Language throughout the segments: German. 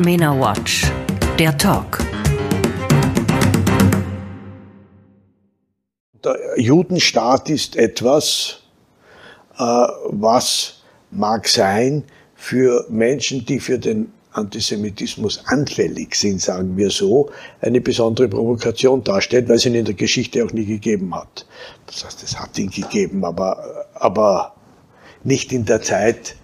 MENA Watch, der Talk. Der Judenstaat ist etwas, was mag sein für Menschen, die für den Antisemitismus anfällig sind, sagen wir so, eine besondere Provokation darstellt, weil es ihn in der Geschichte auch nie gegeben hat. Das heißt, es hat ihn gegeben, aber nicht in der Zeit,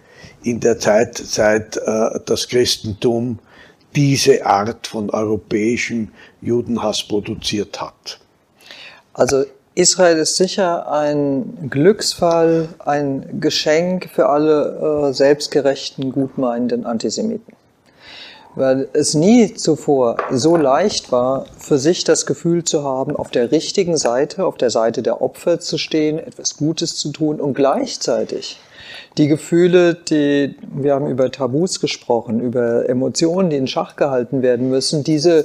seit das Christentum diese Art von europäischem Judenhass produziert hat. Also Israel ist sicher ein Glücksfall, ein Geschenk für alle selbstgerechten, gutmeinenden Antisemiten. Weil es nie zuvor so leicht war, für sich das Gefühl zu haben, auf der richtigen Seite, auf der Seite der Opfer zu stehen, etwas Gutes zu tun und gleichzeitig die Gefühle, wir haben über Tabus gesprochen, über Emotionen, die in Schach gehalten werden müssen, diese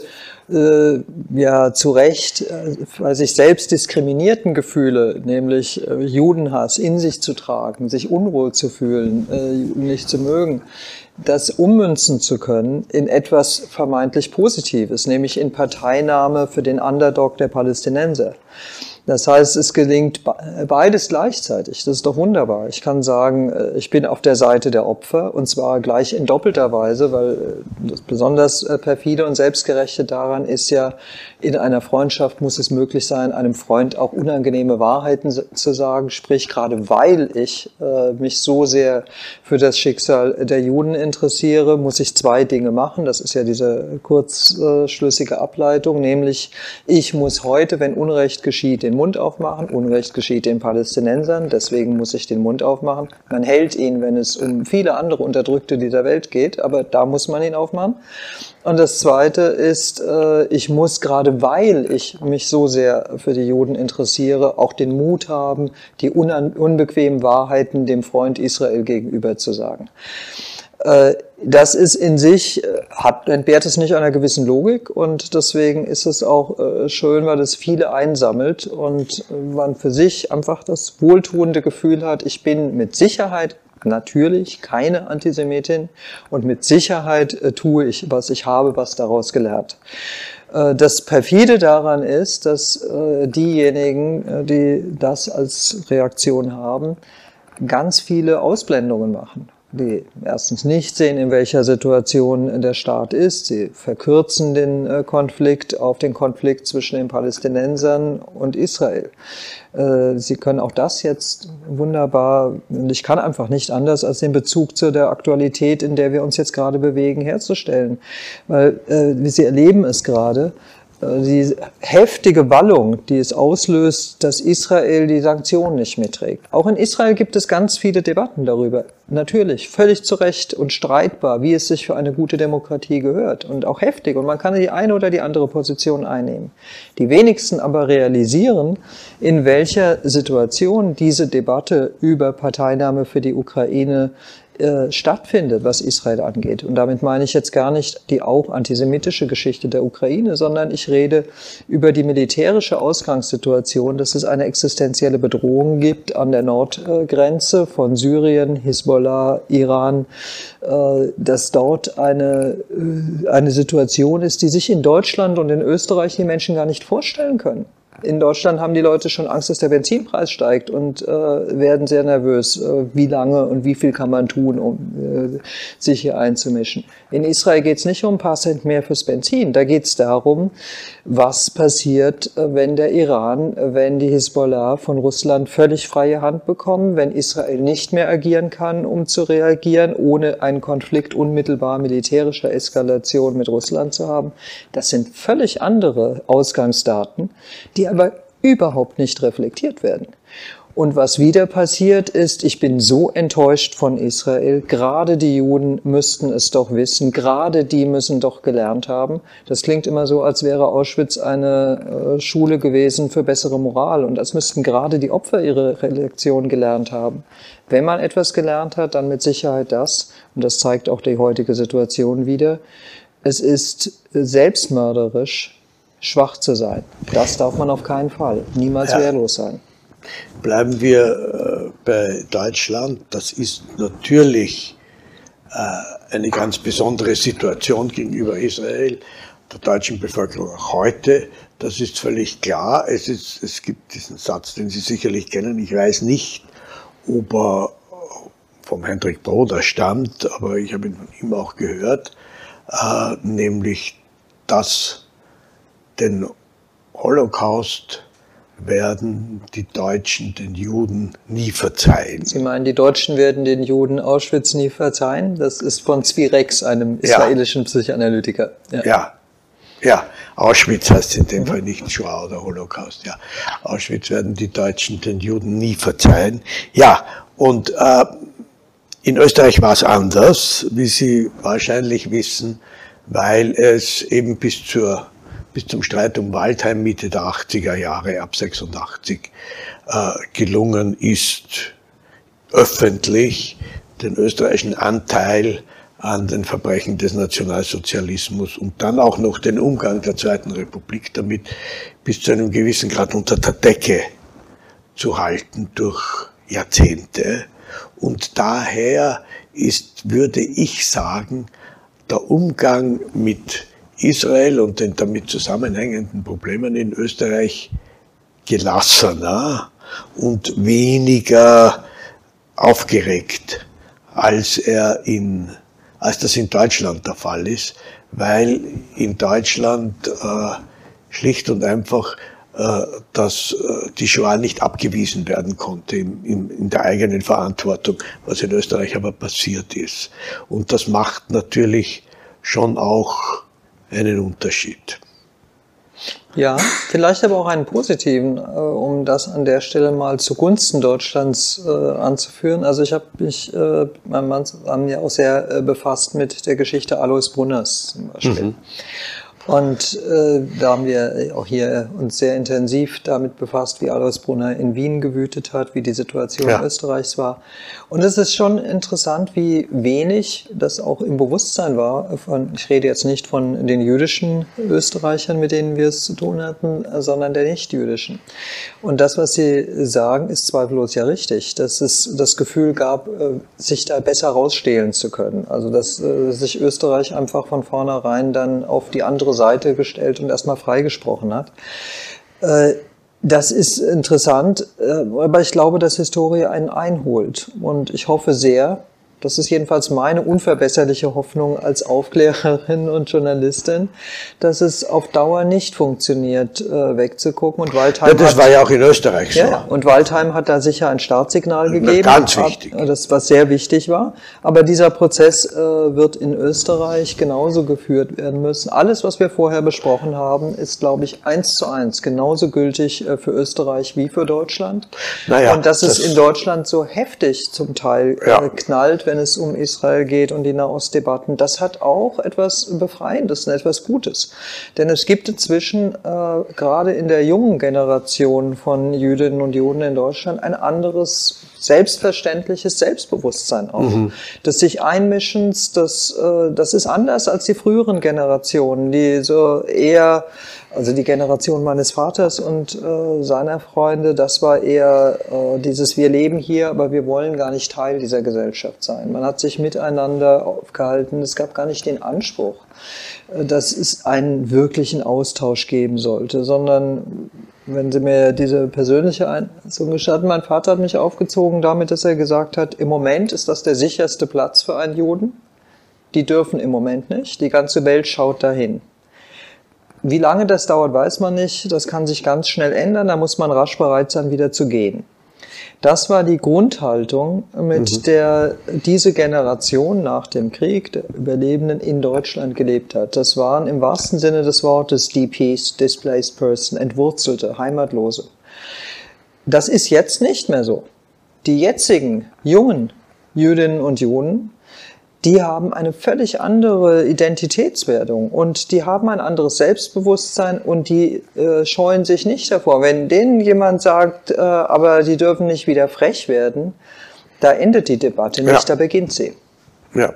zu Recht weil sich selbst diskriminierten Gefühle, nämlich Judenhass in sich zu tragen, sich unwohl zu fühlen, nicht zu mögen, das ummünzen zu können in etwas vermeintlich Positives, nämlich in Parteinahme für den Underdog der Palästinenser. Das heißt, es gelingt beides gleichzeitig. Das ist doch wunderbar. Ich kann sagen, ich bin auf der Seite der Opfer und zwar gleich in doppelter Weise, weil das besonders perfide und selbstgerechte daran ist ja, in einer Freundschaft muss es möglich sein, einem Freund auch unangenehme Wahrheiten zu sagen. Sprich, gerade weil ich mich so sehr für das Schicksal der Juden interessiere, muss ich zwei Dinge machen. Das ist ja diese kurzschlüssige Ableitung, nämlich ich muss heute, wenn Unrecht geschieht, den Mund aufmachen. Unrecht geschieht den Palästinensern, deswegen muss ich den Mund aufmachen. Man hält ihn, wenn es um viele andere Unterdrückte dieser Welt geht, aber da muss man ihn aufmachen. Und das Zweite ist, ich muss, gerade weil ich mich so sehr für die Juden interessiere, auch den Mut haben, die unbequemen Wahrheiten dem Freund Israel gegenüber zu sagen. Das ist in sich, entbehrt es nicht einer gewissen Logik und deswegen ist es auch schön, weil es viele einsammelt und man für sich einfach das wohltuende Gefühl hat, ich bin mit Sicherheit natürlich keine Antisemitin und mit Sicherheit tue ich, was ich habe, was daraus gelernt. Das perfide daran ist, dass diejenigen, die das als Reaktion haben, ganz viele Ausblendungen machen. Die erstens nicht sehen, in welcher Situation der Staat ist. Sie verkürzen den Konflikt auf den Konflikt zwischen den Palästinensern und Israel. Sie können auch das jetzt wunderbar, und ich kann einfach nicht anders, als den Bezug zu der Aktualität, in der wir uns jetzt gerade bewegen, herzustellen. Weil Sie erleben es gerade, die heftige Wallung, die es auslöst, dass Israel die Sanktionen nicht mitträgt. Auch in Israel gibt es ganz viele Debatten darüber. Natürlich, völlig zu Recht und streitbar, wie es sich für eine gute Demokratie gehört. Und auch heftig. Und man kann die eine oder die andere Position einnehmen. Die wenigsten aber realisieren, in welcher Situation diese Debatte über Parteinahme für die Ukraine stattfindet, was Israel angeht. Und damit meine ich jetzt gar nicht die auch antisemitische Geschichte der Ukraine, sondern ich rede über die militärische Ausgangssituation, dass es eine existenzielle Bedrohung gibt an der Nordgrenze von Syrien, Hisbollah, Iran, dass dort eine Situation ist, die sich in Deutschland und in Österreich die Menschen gar nicht vorstellen können. In Deutschland haben die Leute schon Angst, dass der Benzinpreis steigt und werden sehr nervös, wie lange und wie viel kann man tun, um sich hier einzumischen. In Israel geht es nicht um ein paar Cent mehr fürs Benzin, da geht es darum, was passiert, wenn der Iran, wenn die Hisbollah von Russland völlig freie Hand bekommen, wenn Israel nicht mehr agieren kann, um zu reagieren, ohne einen Konflikt unmittelbar militärischer Eskalation mit Russland zu haben. Das sind völlig andere Ausgangsdaten, die aber überhaupt nicht reflektiert werden. Und was wieder passiert ist, ich bin so enttäuscht von Israel, gerade die Juden müssten es doch wissen, gerade die müssen doch gelernt haben. Das klingt immer so, als wäre Auschwitz eine Schule gewesen für bessere Moral und als müssten gerade die Opfer ihre Lektion gelernt haben. Wenn man etwas gelernt hat, dann mit Sicherheit das, und das zeigt auch die heutige Situation wieder, es ist selbstmörderisch, schwach zu sein. Das darf man auf keinen Fall, niemals wehrlos sein. Bleiben wir bei Deutschland. Das ist natürlich eine ganz besondere Situation gegenüber Israel, der deutschen Bevölkerung auch heute. Das ist völlig klar. Es gibt diesen Satz, den Sie sicherlich kennen. Ich weiß nicht, ob er vom Hendrik Broder stammt, aber ich habe ihn von ihm auch gehört, nämlich, dass den Holocaust werden die Deutschen den Juden nie verzeihen. Sie meinen, die Deutschen werden den Juden Auschwitz nie verzeihen? Das ist von Zvi Rex, einem israelischen Psychoanalytiker. Ja, Auschwitz heißt in dem Fall nicht Shoah oder Holocaust. Ja, Auschwitz werden die Deutschen den Juden nie verzeihen. Ja, und in Österreich war es anders, wie Sie wahrscheinlich wissen, weil es eben bis zum Streit um Waldheim Mitte der 80er Jahre, ab 86, gelungen ist, öffentlich den österreichischen Anteil an den Verbrechen des Nationalsozialismus und dann auch noch den Umgang der Zweiten Republik damit bis zu einem gewissen Grad unter der Decke zu halten durch Jahrzehnte. Und daher ist, würde ich sagen, der Umgang mit Israel und den damit zusammenhängenden Problemen in Österreich gelassener und weniger aufgeregt, als das in Deutschland der Fall ist, weil in Deutschland schlicht und einfach dass die Shoah nicht abgewiesen werden konnte in der eigenen Verantwortung, was in Österreich aber passiert ist. Und das macht natürlich schon auch einen Unterschied. Ja, vielleicht aber auch einen positiven, um das an der Stelle mal zugunsten Deutschlands anzuführen. Also ich habe mich, mein Mann haben ja auch sehr befasst mit der Geschichte Alois Brunners zum Beispiel. Mhm. Und da haben wir auch hier uns sehr intensiv damit befasst, wie Alois Brunner in Wien gewütet hat, wie die Situation Österreichs war. Und es ist schon interessant, wie wenig das auch im Bewusstsein war. Ich rede jetzt nicht von den jüdischen Österreichern, mit denen wir es zu tun hatten, sondern der nicht-jüdischen. Und das, was Sie sagen, ist zweifellos ja richtig, dass es das Gefühl gab, sich da besser rausstehlen zu können. Also dass sich Österreich einfach von vornherein dann auf die andere Seite gestellt und erstmal freigesprochen hat. Das ist interessant, aber ich glaube, dass Historie einen einholt. Und ich hoffe sehr, das ist jedenfalls meine unverbesserliche Hoffnung als Aufklärerin und Journalistin, dass es auf Dauer nicht funktioniert, wegzugucken. Und Waldheim das war ja auch in Österreich so. Ja, und Waldheim hat da sicher ein Startsignal gegeben. Ganz wichtig. Das, was sehr wichtig war. Aber dieser Prozess wird in Österreich genauso geführt werden müssen. Alles, was wir vorher besprochen haben, ist, glaube ich, 1:1 genauso gültig für Österreich wie für Deutschland. Naja, und dass es in Deutschland so heftig zum Teil knallt, wenn es um Israel geht und die Nahostdebatten, das hat auch etwas Befreiendes und etwas Gutes. Denn es gibt inzwischen, gerade in der jungen Generation von Jüdinnen und Juden in Deutschland, ein anderes selbstverständliches Selbstbewusstsein auch. Des sich Einmischens, das ist anders als die früheren Generationen, die so eher, also die Generation meines Vaters und seiner Freunde, das war eher dieses wir leben hier, aber wir wollen gar nicht Teil dieser Gesellschaft sein. Man hat sich miteinander aufgehalten, es gab gar nicht den Anspruch, dass es einen wirklichen Austausch geben sollte, sondern wenn Sie mir diese persönliche Einschätzung gestatten, mein Vater hat mich aufgezogen damit, dass er gesagt hat, im Moment ist das der sicherste Platz für einen Juden. Die dürfen im Moment nicht, die ganze Welt schaut dahin. Wie lange das dauert, weiß man nicht. Das kann sich ganz schnell ändern. Da muss man rasch bereit sein, wieder zu gehen. Das war die Grundhaltung, mit der diese Generation nach dem Krieg der Überlebenden in Deutschland gelebt hat. Das waren im wahrsten Sinne des Wortes DPs, Displaced Person, Entwurzelte, Heimatlose. Das ist jetzt nicht mehr so. Die jetzigen jungen Jüdinnen und Juden, die haben eine völlig andere Identitätswertung und die haben ein anderes Selbstbewusstsein und die scheuen sich nicht davor. Wenn denen jemand sagt, aber die dürfen nicht wieder frech werden, da endet die Debatte nicht, da beginnt sie. Ja.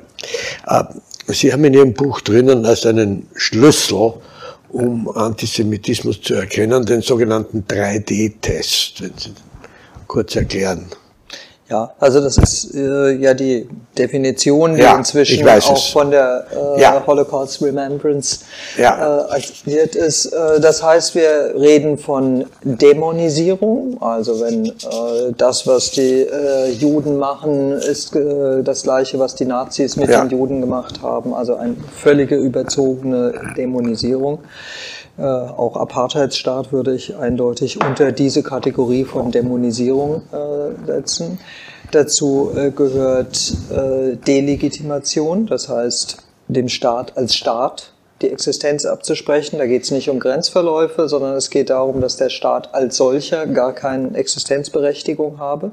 Sie haben in Ihrem Buch drinnen als einen Schlüssel, um Antisemitismus zu erkennen, den sogenannten 3D-Test, wenn Sie kurz erklären. Ja, also das ist ja die Definition, die inzwischen auch von der Holocaust Remembrance akzeptiert ist. Das heißt, wir reden von Dämonisierung, also wenn das, was die Juden machen, ist das Gleiche, was die Nazis mit den Juden gemacht haben, also eine völlige überzogene Dämonisierung. Auch Apartheidsstaat würde ich eindeutig unter diese Kategorie von Dämonisierung setzen. Dazu gehört Delegitimation, das heißt, dem Staat als Staat die Existenz abzusprechen. Da geht es nicht um Grenzverläufe, sondern es geht darum, dass der Staat als solcher gar keine Existenzberechtigung habe.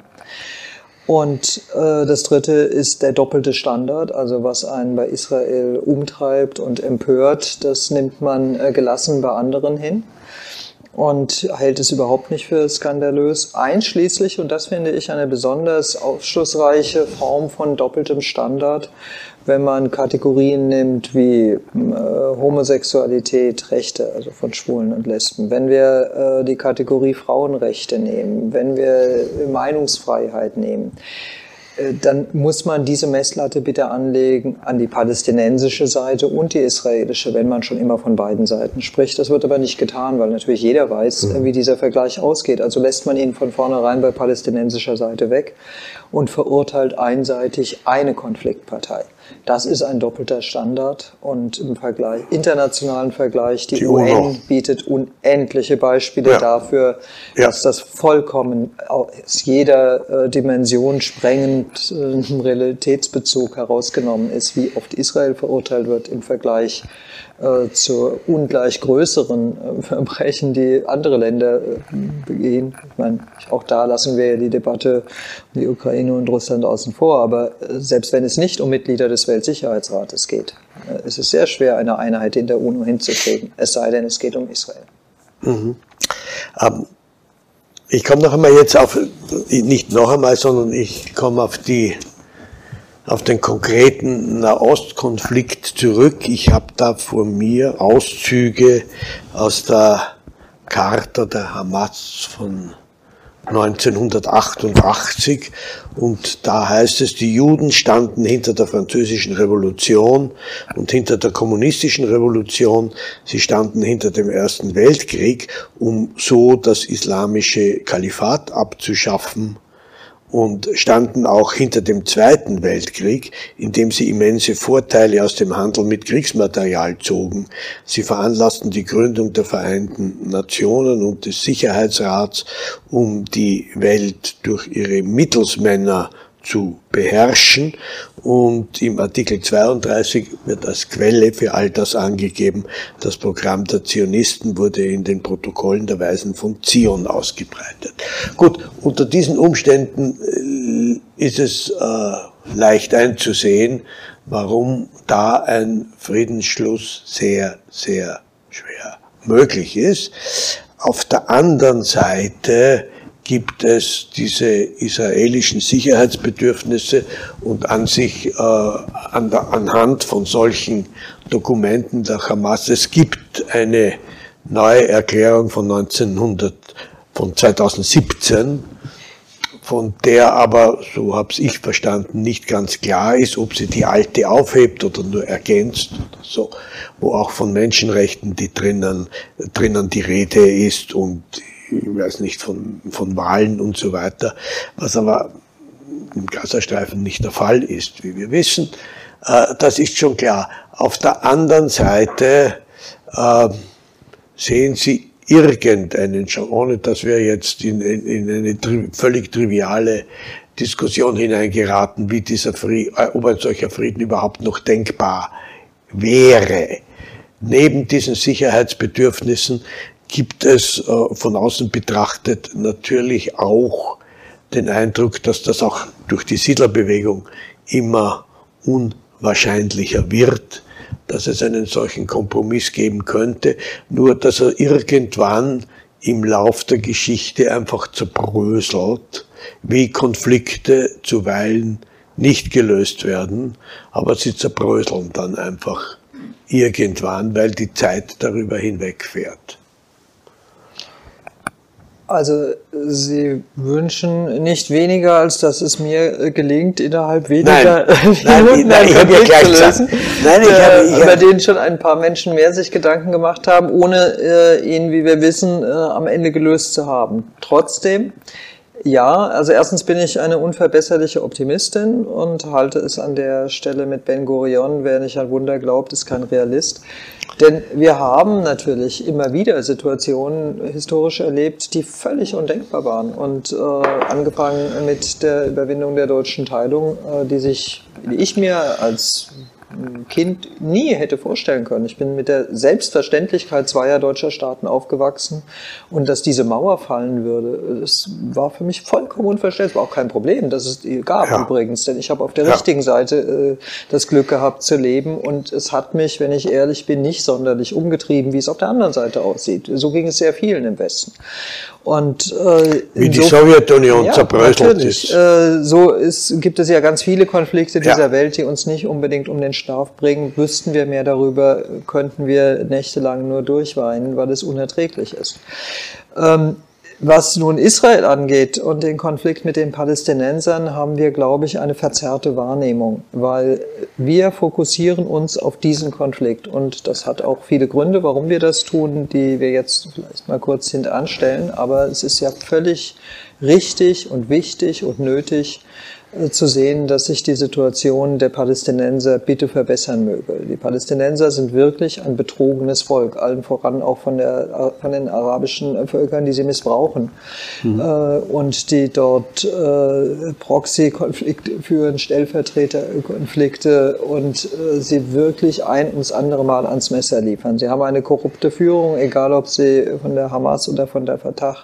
Und das dritte ist der doppelte Standard, also was einen bei Israel umtreibt und empört, das nimmt man gelassen bei anderen hin und hält es überhaupt nicht für skandalös. Einschließlich, und das finde ich eine besonders aufschlussreiche Form von doppeltem Standard, wenn man Kategorien nimmt wie Homosexualität, Rechte, also von Schwulen und Lesben, wenn wir die Kategorie Frauenrechte nehmen, wenn wir Meinungsfreiheit nehmen, dann muss man diese Messlatte bitte anlegen an die palästinensische Seite und die israelische, wenn man schon immer von beiden Seiten spricht. Das wird aber nicht getan, weil natürlich jeder weiß, wie dieser Vergleich ausgeht. Also lässt man ihn von vornherein bei palästinensischer Seite weg und verurteilt einseitig eine Konfliktpartei. Das ist ein doppelter Standard und im Vergleich, internationalen Vergleich, die UN bietet unendliche Beispiele dafür, dass das vollkommen aus jeder Dimension sprengend im Realitätsbezug herausgenommen ist, wie oft Israel verurteilt wird im Vergleich zu ungleich größeren Verbrechen, die andere Länder begehen. Ich meine, auch da lassen wir ja die Debatte um die Ukraine und Russland außen vor, aber selbst wenn es nicht um Mitglieder des Weltsicherheitsrates geht, ist es sehr schwer, eine Einheit in der UNO hinzukriegen, es sei denn, es geht um Israel. Ich komme noch einmal jetzt auf, nicht noch einmal, sondern ich komme auf den konkreten Nahostkonflikt zurück. Ich habe da vor mir Auszüge aus der Charta der Hamas von 1988 und da heißt es, die Juden standen hinter der französischen Revolution und hinter der kommunistischen Revolution, sie standen hinter dem Ersten Weltkrieg, um so das islamische Kalifat abzuschaffen und standen auch hinter dem Zweiten Weltkrieg, in dem sie immense Vorteile aus dem Handel mit Kriegsmaterial zogen. Sie veranlassten die Gründung der Vereinten Nationen und des Sicherheitsrats, um die Welt durch ihre Mittelsmänner zu beherrschen. Und im Artikel 32 wird als Quelle für all das angegeben, das Programm der Zionisten wurde in den Protokollen der Weisen von Zion ausgebreitet. Gut, unter diesen Umständen ist es leicht einzusehen, warum da ein Friedensschluss sehr, sehr schwer möglich ist. Auf der anderen Seite gibt es diese israelischen Sicherheitsbedürfnisse und an sich anhand von solchen Dokumenten der Hamas. Es gibt eine neue Erklärung von 2017, von der aber, so habe ich verstanden, nicht ganz klar ist, ob sie die alte aufhebt oder nur ergänzt oder so, wo auch von Menschenrechten die drinnen die Rede ist und ich weiß nicht, von Wahlen und so weiter, was aber im Gazastreifen nicht der Fall ist, wie wir wissen. Das ist schon klar. Auf der anderen Seite sehen Sie irgendeinen, ohne dass wir jetzt in eine völlig triviale Diskussion hineingeraten, wie ob ein solcher Frieden überhaupt noch denkbar wäre. Neben diesen Sicherheitsbedürfnissen gibt es von außen betrachtet natürlich auch den Eindruck, dass das auch durch die Siedlerbewegung immer unwahrscheinlicher wird, dass es einen solchen Kompromiss geben könnte, nur dass er irgendwann im Lauf der Geschichte einfach zerbröselt, wie Konflikte zuweilen nicht gelöst werden, aber sie zerbröseln dann einfach irgendwann, weil die Zeit darüber hinwegfährt. Also Sie wünschen nicht weniger, als dass es mir gelingt, innerhalb weniger Minuten einen Konflikt zu lösen, über den schon ein paar Menschen mehr sich Gedanken gemacht haben, ohne ihn, wie wir wissen, am Ende gelöst zu haben. Trotzdem, ja, also erstens bin ich eine unverbesserliche Optimistin und halte es an der Stelle mit Ben Gurion, wer nicht an Wunder glaubt, ist kein Realist. Denn wir haben natürlich immer wieder Situationen historisch erlebt, die völlig undenkbar waren. Und angefangen mit der Überwindung der deutschen Teilung, die ich mir als Kind nie hätte vorstellen können. Ich bin mit der Selbstverständlichkeit zweier deutscher Staaten aufgewachsen und dass diese Mauer fallen würde, das war für mich vollkommen unverständlich. War auch kein Problem, dass es die gab übrigens, denn ich habe auf der richtigen Seite das Glück gehabt zu leben und es hat mich, wenn ich ehrlich bin, nicht sonderlich umgetrieben, wie es auf der anderen Seite aussieht. So ging es sehr vielen im Westen. Und wie die Sowjetunion zerbröselt ist. Gibt es ja ganz viele Konflikte dieser Welt, die uns nicht unbedingt um den Schlaf bringen. Wüssten wir mehr darüber, könnten wir nächtelang nur durchweinen, weil es unerträglich ist. Was nun Israel angeht und den Konflikt mit den Palästinensern, haben wir, glaube ich, eine verzerrte Wahrnehmung, weil wir fokussieren uns auf diesen Konflikt und das hat auch viele Gründe, warum wir das tun, die wir jetzt vielleicht mal kurz hintanstellen, aber es ist ja völlig richtig und wichtig und nötig, zu sehen, dass sich die Situation der Palästinenser bitte verbessern möge. Die Palästinenser sind wirklich ein betrogenes Volk, allen voran auch von den arabischen Völkern, die sie missbrauchen und die dort Proxy-Konflikte führen, Stellvertreterkonflikte und sie wirklich ein ums andere Mal ans Messer liefern. Sie haben eine korrupte Führung, egal ob sie von der Hamas oder von der Fatah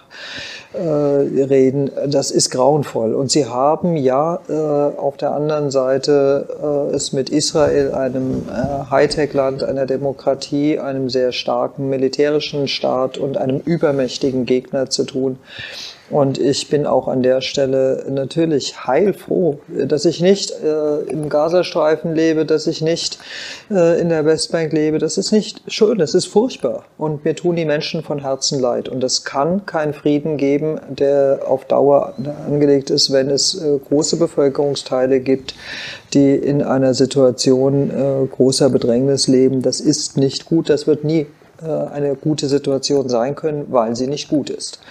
reden, das ist grauenvoll. Und sie haben auf der anderen Seite es mit Israel, einem Hightech-Land, einer Demokratie, einem sehr starken militärischen Staat und einem übermächtigen Gegner zu tun. Und ich bin auch an der Stelle natürlich heilfroh, dass ich nicht im Gazastreifen lebe, dass ich nicht in der Westbank lebe. Das ist nicht schön, das ist furchtbar. Und mir tun die Menschen von Herzen leid. Und es kann keinen Frieden geben, der auf Dauer angelegt ist, wenn es große Bevölkerungsteile gibt, die in einer Situation großer Bedrängnis leben. Das ist nicht gut, das wird nie eine gute Situation sein können, weil sie nicht gut ist.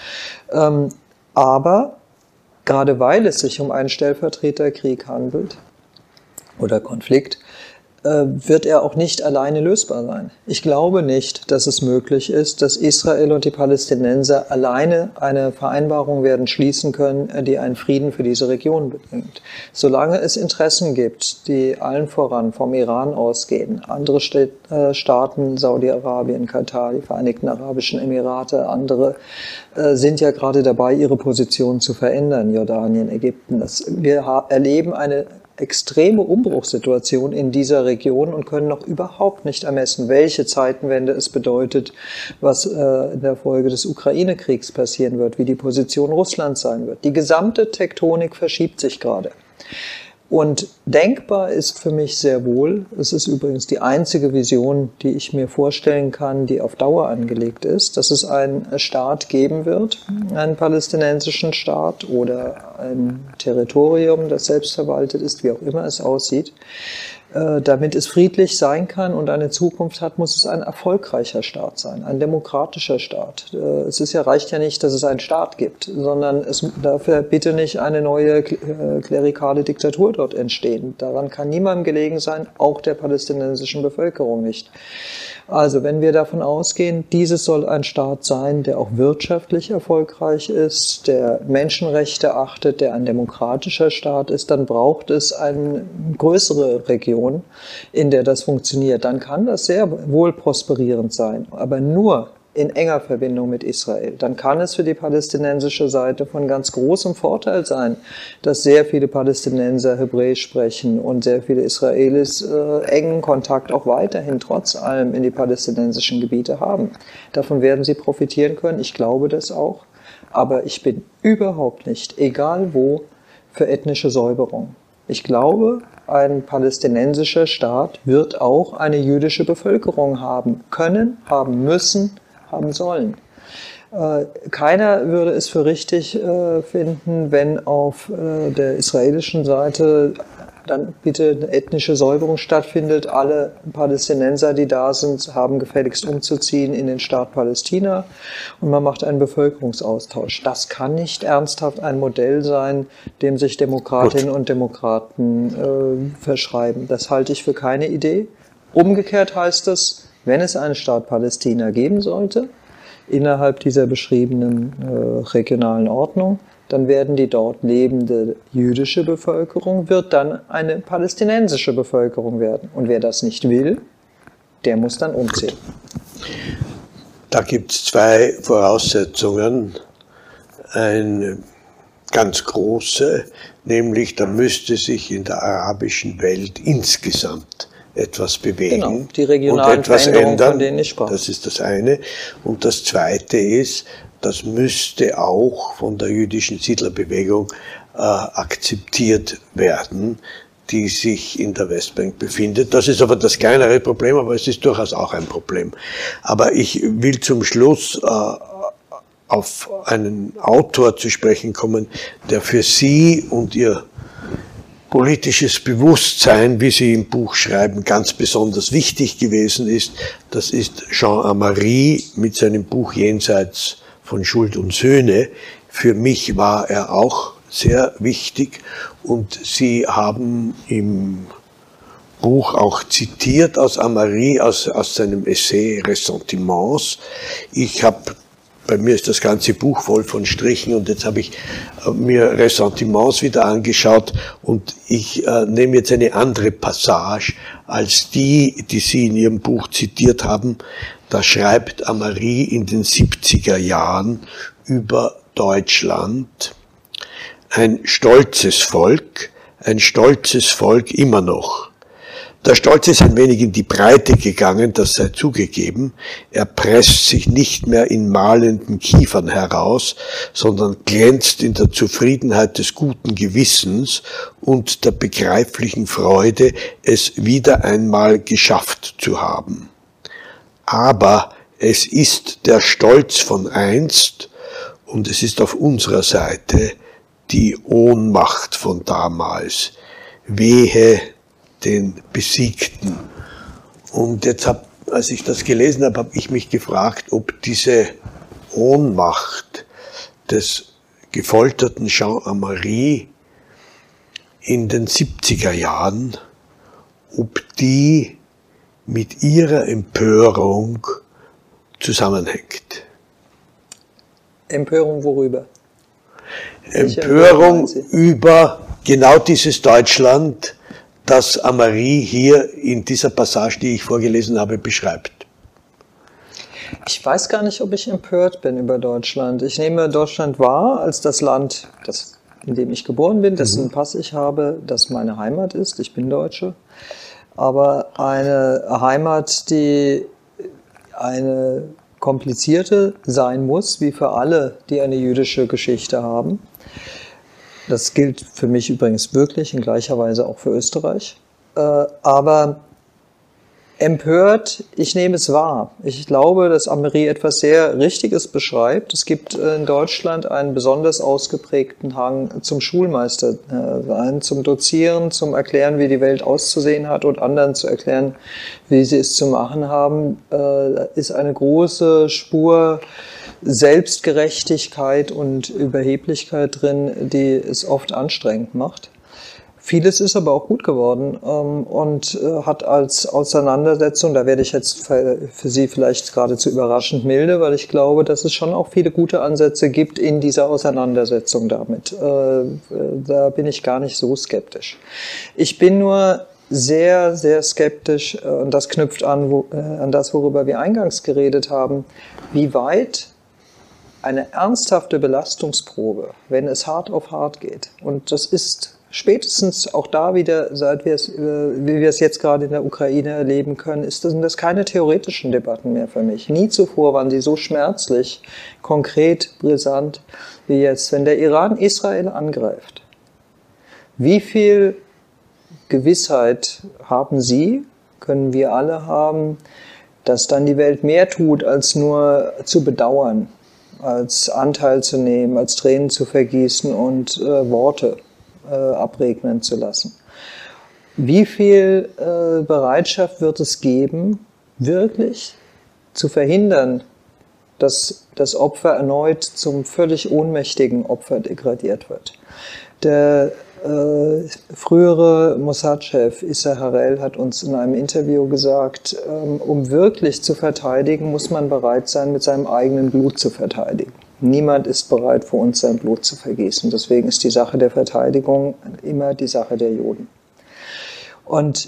Aber gerade weil es sich um einen Stellvertreterkrieg handelt oder Konflikt, wird er auch nicht alleine lösbar sein. Ich glaube nicht, dass es möglich ist, dass Israel und die Palästinenser alleine eine Vereinbarung werden schließen können, die einen Frieden für diese Region bedingt. Solange es Interessen gibt, die allen voran vom Iran ausgehen, andere Staaten, Saudi-Arabien, Katar, die Vereinigten Arabischen Emirate, andere sind ja gerade dabei, ihre Position zu verändern, Jordanien, Ägypten. Wir erleben eine extreme Umbruchssituation in dieser Region und können noch überhaupt nicht ermessen, welche Zeitenwende es bedeutet, was in der Folge des Ukraine-Kriegs passieren wird, wie die Position Russlands sein wird. Die gesamte Tektonik verschiebt sich gerade. Und denkbar ist für mich sehr wohl, es ist übrigens die einzige Vision, die ich mir vorstellen kann, die auf Dauer angelegt ist, dass es einen Staat geben wird, einen palästinensischen Staat oder ein Territorium, das selbstverwaltet ist, wie auch immer es aussieht. Damit es friedlich sein kann und eine Zukunft hat, muss es ein erfolgreicher Staat sein, ein demokratischer Staat. Reicht ja nicht, dass es einen Staat gibt, sondern es darf ja bitte nicht eine neue klerikale Diktatur dort entstehen. Daran kann niemandem gelegen sein, auch der palästinensischen Bevölkerung nicht. Also wenn wir davon ausgehen, dieses soll ein Staat sein, der auch wirtschaftlich erfolgreich ist, der Menschenrechte achtet, der ein demokratischer Staat ist, dann braucht es eine größere Region, in der das funktioniert. Dann kann das sehr wohl prosperierend sein, aber nur in enger Verbindung mit Israel. Dann kann es für die palästinensische Seite von ganz großem Vorteil sein, dass sehr viele Palästinenser Hebräisch sprechen und sehr viele Israelis engen Kontakt auch weiterhin trotz allem in die palästinensischen Gebiete haben. Davon werden sie profitieren können. Ich glaube das auch. Aber ich bin überhaupt nicht, egal wo, für ethnische Säuberung. Ich glaube, ein palästinensischer Staat wird auch eine jüdische Bevölkerung haben können, haben müssen, haben sollen. Keiner würde es für richtig finden, wenn auf der israelischen Seite dann bitte eine ethnische Säuberung stattfindet. Alle Palästinenser, die da sind, haben gefälligst umzuziehen in den Staat Palästina und man macht einen Bevölkerungsaustausch. Das kann nicht ernsthaft ein Modell sein, dem sich Demokratinnen und Demokraten verschreiben. Das halte ich für keine Idee. Umgekehrt heißt es, wenn es einen Staat Palästina geben sollte, innerhalb dieser beschriebenen regionalen Ordnung, dann werden die dort lebende jüdische Bevölkerung, wird dann eine palästinensische Bevölkerung werden. Und wer das nicht will, der muss dann umziehen. Da gibt es zwei Voraussetzungen. Eine ganz große, nämlich da müsste sich in der arabischen Welt insgesamt etwas bewegen, genau, die regionalen und etwas Veränderungen, ändern. Von denen ich sprach. Das ist das eine. Und das zweite ist, das müsste auch von der jüdischen Siedlerbewegung akzeptiert werden, die sich in der Westbank befindet. Das ist aber das kleinere Problem, aber es ist durchaus auch ein Problem. Aber ich will zum Schluss auf einen Autor zu sprechen kommen, der für Sie und Ihr politisches Bewusstsein, wie Sie im Buch schreiben, ganz besonders wichtig gewesen ist. Das ist Jean Amari mit seinem Buch Jenseits von Schuld und Söhne. Für mich war er auch sehr wichtig und Sie haben im Buch auch zitiert aus Amari, aus seinem Essay Ressentiments. Bei mir ist das ganze Buch voll von Strichen und jetzt habe ich mir Ressentiments wieder angeschaut und ich nehme jetzt eine andere Passage als die Sie in Ihrem Buch zitiert haben. Da schreibt Amari in den 70er Jahren über Deutschland: ein stolzes Volk immer noch. Der Stolz ist ein wenig in die Breite gegangen, das sei zugegeben. Er presst sich nicht mehr in mahlenden Kiefern heraus, sondern glänzt in der Zufriedenheit des guten Gewissens und der begreiflichen Freude, es wieder einmal geschafft zu haben. Aber es ist der Stolz von einst und es ist auf unserer Seite die Ohnmacht von damals. Wehe den Besiegten. Und jetzt als ich das gelesen habe, habe ich mich gefragt, ob diese Ohnmacht des gefolterten Jean Amari in den 70er Jahren, ob die mit ihrer Empörung zusammenhängt. Empörung worüber? Empörung über genau dieses Deutschland, das Amari hier in dieser Passage, die ich vorgelesen habe, beschreibt. Ich weiß gar nicht, ob ich empört bin über Deutschland. Ich nehme Deutschland wahr als das Land, in dem ich geboren bin, dessen Pass ich habe, das meine Heimat ist. Ich bin Deutsche. Aber eine Heimat, die eine komplizierte sein muss, wie für alle, die eine jüdische Geschichte haben. Das gilt für mich übrigens wirklich in gleicher Weise auch für Österreich. Aber empört, ich nehme es wahr. Ich glaube, dass Amari etwas sehr Richtiges beschreibt. Es gibt in Deutschland einen besonders ausgeprägten Hang zum Schulmeister sein, zum Dozieren, zum Erklären, wie die Welt auszusehen hat und anderen zu erklären, wie sie es zu machen haben. Da ist eine große Spur Selbstgerechtigkeit und Überheblichkeit drin, die es oft anstrengend macht. Vieles ist aber auch gut geworden und hat als Auseinandersetzung, da werde ich jetzt für Sie vielleicht geradezu überraschend milde, weil ich glaube, dass es schon auch viele gute Ansätze gibt in dieser Auseinandersetzung damit. Da bin ich gar nicht so skeptisch. Ich bin nur sehr, sehr skeptisch, und das knüpft an das, worüber wir eingangs geredet haben, wie weit eine ernsthafte Belastungsprobe, wenn es hart auf hart geht, und das ist spätestens auch da wieder, wie wir es jetzt gerade in der Ukraine erleben können, sind das keine theoretischen Debatten mehr für mich. Nie zuvor waren sie so schmerzlich, konkret, brisant wie jetzt. Wenn der Iran Israel angreift, wie viel Gewissheit haben Sie, können wir alle haben, dass dann die Welt mehr tut, als nur zu bedauern, als Anteil zu nehmen, als Tränen zu vergießen und Worte abregnen zu lassen. Wie viel Bereitschaft wird es geben, wirklich zu verhindern, dass das Opfer erneut zum völlig ohnmächtigen Opfer degradiert wird? Der frühere Mossad-Chef Issa Harel hat uns in einem Interview gesagt, um wirklich zu verteidigen, muss man bereit sein, mit seinem eigenen Blut zu verteidigen. Niemand ist bereit, für uns sein Blut zu vergießen. Deswegen ist die Sache der Verteidigung immer die Sache der Juden. Und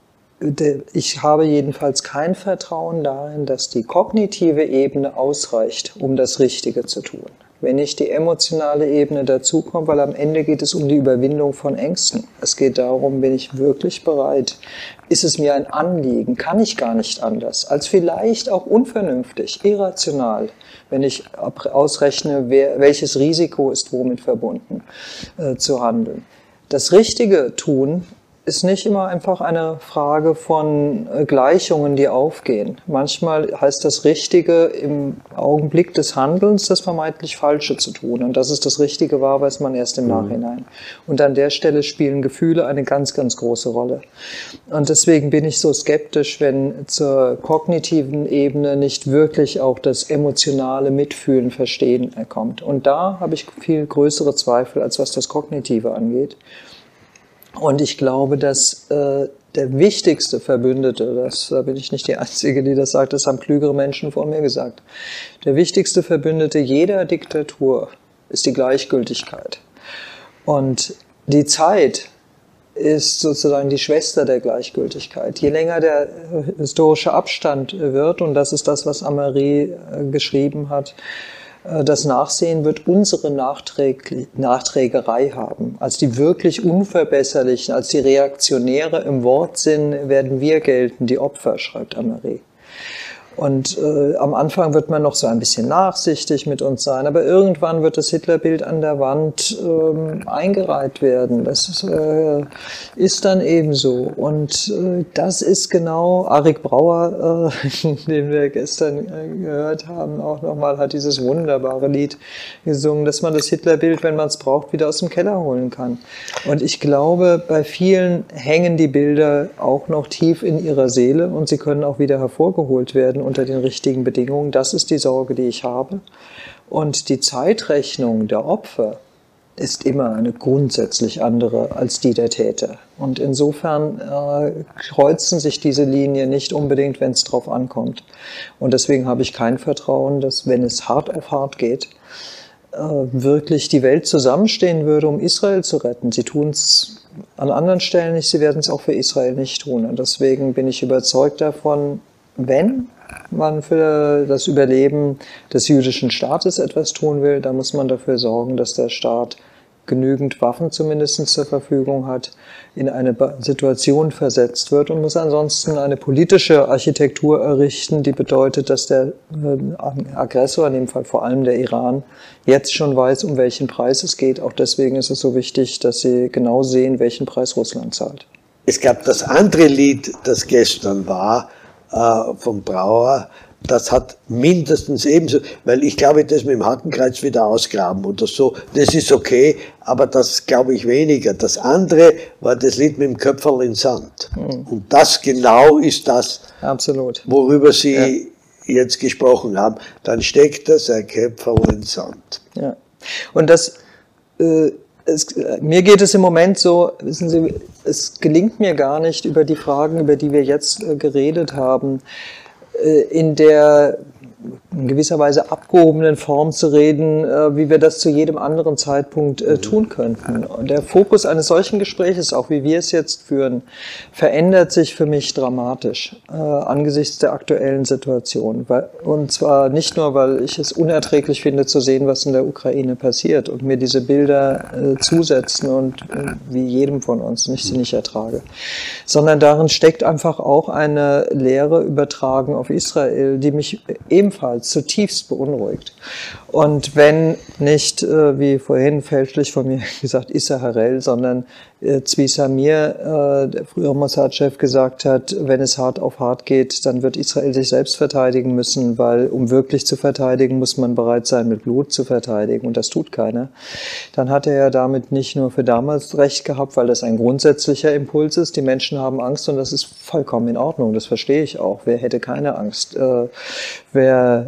ich habe jedenfalls kein Vertrauen darin, dass die kognitive Ebene ausreicht, um das Richtige zu tun. Wenn nicht die emotionale Ebene dazukommt, weil am Ende geht es um die Überwindung von Ängsten. Es geht darum, bin ich wirklich bereit? Ist es mir ein Anliegen? Kann ich gar nicht anders? Als vielleicht auch unvernünftig, irrational, wenn ich ausrechne, welches Risiko ist womit verbunden, zu handeln. Das Richtige tun ist nicht immer einfach eine Frage von Gleichungen, die aufgehen. Manchmal heißt das Richtige im Augenblick des Handelns, das vermeintlich Falsche zu tun. Und dass es das Richtige war, weiß man erst im Nachhinein. Und an der Stelle spielen Gefühle eine ganz, ganz große Rolle. Und deswegen bin ich so skeptisch, wenn zur kognitiven Ebene nicht wirklich auch das emotionale Mitfühlen, Verstehen kommt. Und da habe ich viel größere Zweifel, als was das Kognitive angeht. Und ich glaube, dass der wichtigste Verbündete, da bin ich nicht die Einzige, die das sagt, das haben klügere Menschen vor mir gesagt, der wichtigste Verbündete jeder Diktatur ist die Gleichgültigkeit. Und die Zeit ist sozusagen die Schwester der Gleichgültigkeit. Je länger der historische Abstand wird, und das ist das, was Amari geschrieben hat, das Nachsehen wird unsere Nachträgerei haben. Als die wirklich Unverbesserlichen, als die Reaktionäre im Wortsinn werden wir gelten, die Opfer, schreibt Amari. Und am Anfang wird man noch so ein bisschen nachsichtig mit uns sein, aber irgendwann wird das Hitlerbild an der Wand eingereiht werden. Das ist dann ebenso. Und das ist genau, Arik Brauer, den wir gestern gehört haben, auch nochmal, hat dieses wunderbare Lied gesungen, dass man das Hitlerbild, wenn man es braucht, wieder aus dem Keller holen kann. Und ich glaube, bei vielen hängen die Bilder auch noch tief in ihrer Seele und sie können auch wieder hervorgeholt werden unter den richtigen Bedingungen. Das ist die Sorge, die ich habe. Und die Zeitrechnung der Opfer ist immer eine grundsätzlich andere als die der Täter. Und insofern kreuzen sich diese Linien nicht unbedingt, wenn es drauf ankommt. Und deswegen habe ich kein Vertrauen, dass, wenn es hart auf hart geht, wirklich die Welt zusammenstehen würde, um Israel zu retten. Sie tun es an anderen Stellen nicht, sie werden es auch für Israel nicht tun. Und deswegen bin ich überzeugt davon, wenn man für das Überleben des jüdischen Staates etwas tun will, dann muss man dafür sorgen, dass der Staat genügend Waffen zumindest zur Verfügung hat, in eine Situation versetzt wird und muss ansonsten eine politische Architektur errichten, die bedeutet, dass der Aggressor, in dem Fall vor allem der Iran, jetzt schon weiß, um welchen Preis es geht. Auch deswegen ist es so wichtig, dass sie genau sehen, welchen Preis Russland zahlt. Es gab das andere Lied, das gestern war, von Brauer, das hat mindestens ebenso, weil ich glaube, das mit dem Hakenkreuz wieder ausgraben oder so, das ist okay, aber das glaube ich weniger. Das andere war das Lied mit dem Köpferl in Sand. Und das genau ist das, absolut, worüber Sie jetzt gesprochen haben. Dann steckt das ein Köpferl in Sand. Ja. Und das mir geht es im Moment so, wissen Sie, es gelingt mir gar nicht, über die Fragen, über die wir jetzt geredet haben, in der in gewisser Weise abgehobenen Form zu reden, wie wir das zu jedem anderen Zeitpunkt tun könnten. Und der Fokus eines solchen Gespräches, auch wie wir es jetzt führen, verändert sich für mich dramatisch angesichts der aktuellen Situation. Und zwar nicht nur, weil ich es unerträglich finde zu sehen, was in der Ukraine passiert und mir diese Bilder zusetzen und wie jedem von uns sie nicht ertrage, sondern darin steckt einfach auch eine Lehre übertragen auf Israel, die mich ebenfalls zutiefst beunruhigt. Und wenn nicht, wie vorhin fälschlich von mir gesagt, Issa Harel, sondern Zvi Samir, der frühere Mossad-Chef, gesagt hat, wenn es hart auf hart geht, dann wird Israel sich selbst verteidigen müssen, weil um wirklich zu verteidigen, muss man bereit sein, mit Blut zu verteidigen, und das tut keiner. Dann hat er ja damit nicht nur für damals recht gehabt, weil das ein grundsätzlicher Impuls ist. Die Menschen haben Angst und das ist vollkommen in Ordnung, das verstehe ich auch. Wer hätte keine Angst? Wer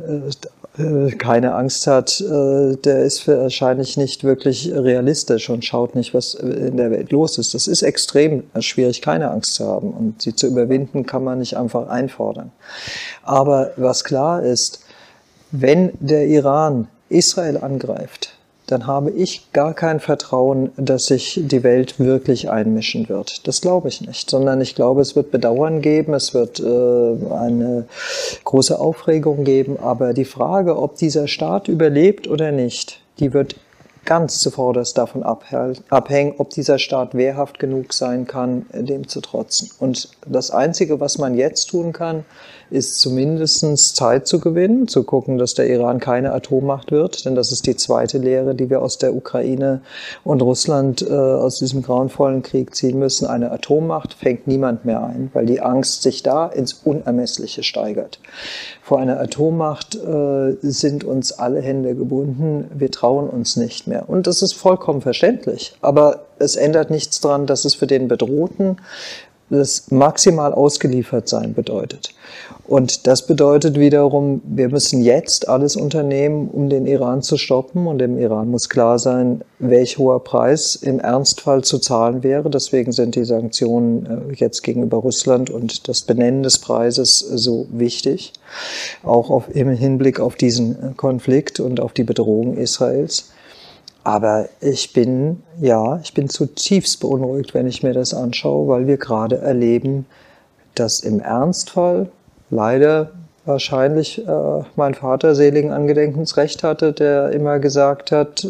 keine Angst hat, der ist wahrscheinlich nicht wirklich realistisch und schaut nicht, was in der Welt los ist. Das ist extrem schwierig, keine Angst zu haben. Und sie zu überwinden, kann man nicht einfach einfordern. Aber was klar ist, wenn der Iran Israel angreift, dann habe ich gar kein Vertrauen, dass sich die Welt wirklich einmischen wird. Das glaube ich nicht, sondern ich glaube, es wird Bedauern geben, es wird eine große Aufregung geben, aber die Frage, ob dieser Staat überlebt oder nicht, die wird ganz zuvorderst davon abhängen, ob dieser Staat wehrhaft genug sein kann, dem zu trotzen. Und das Einzige, was man jetzt tun kann, ist zumindest Zeit zu gewinnen, zu gucken, dass der Iran keine Atommacht wird, denn das ist die zweite Lehre, die wir aus der Ukraine und Russland aus diesem grauenvollen Krieg ziehen müssen. Eine Atommacht fängt niemand mehr ein, weil die Angst sich da ins Unermessliche steigert. Vor einer Atommacht sind uns alle Hände gebunden, wir trauen uns nicht mehr. Und das ist vollkommen verständlich, aber es ändert nichts daran, dass es für den Bedrohten das maximal ausgeliefert sein bedeutet. Und das bedeutet wiederum, wir müssen jetzt alles unternehmen, um den Iran zu stoppen. Und dem Iran muss klar sein, welch hoher Preis im Ernstfall zu zahlen wäre. Deswegen sind die Sanktionen jetzt gegenüber Russland und das Benennen des Preises so wichtig. Auch im Hinblick auf diesen Konflikt und auf die Bedrohung Israels. Aber ich bin zutiefst beunruhigt, wenn ich mir das anschaue, weil wir gerade erleben, dass im Ernstfall leider wahrscheinlich mein Vater seligen Angedenkens recht hatte, der immer gesagt hat,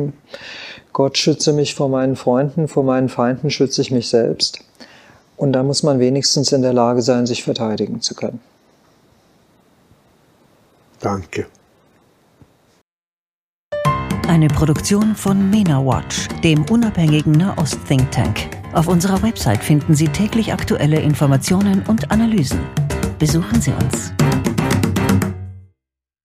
Gott schütze mich vor meinen Freunden, vor meinen Feinden schütze ich mich selbst. Und da muss man wenigstens in der Lage sein, sich verteidigen zu können. Danke. Eine Produktion von MENA Watch, dem unabhängigen Nahost-Think Tank. Auf unserer Website finden Sie täglich aktuelle Informationen und Analysen. Besuchen Sie uns.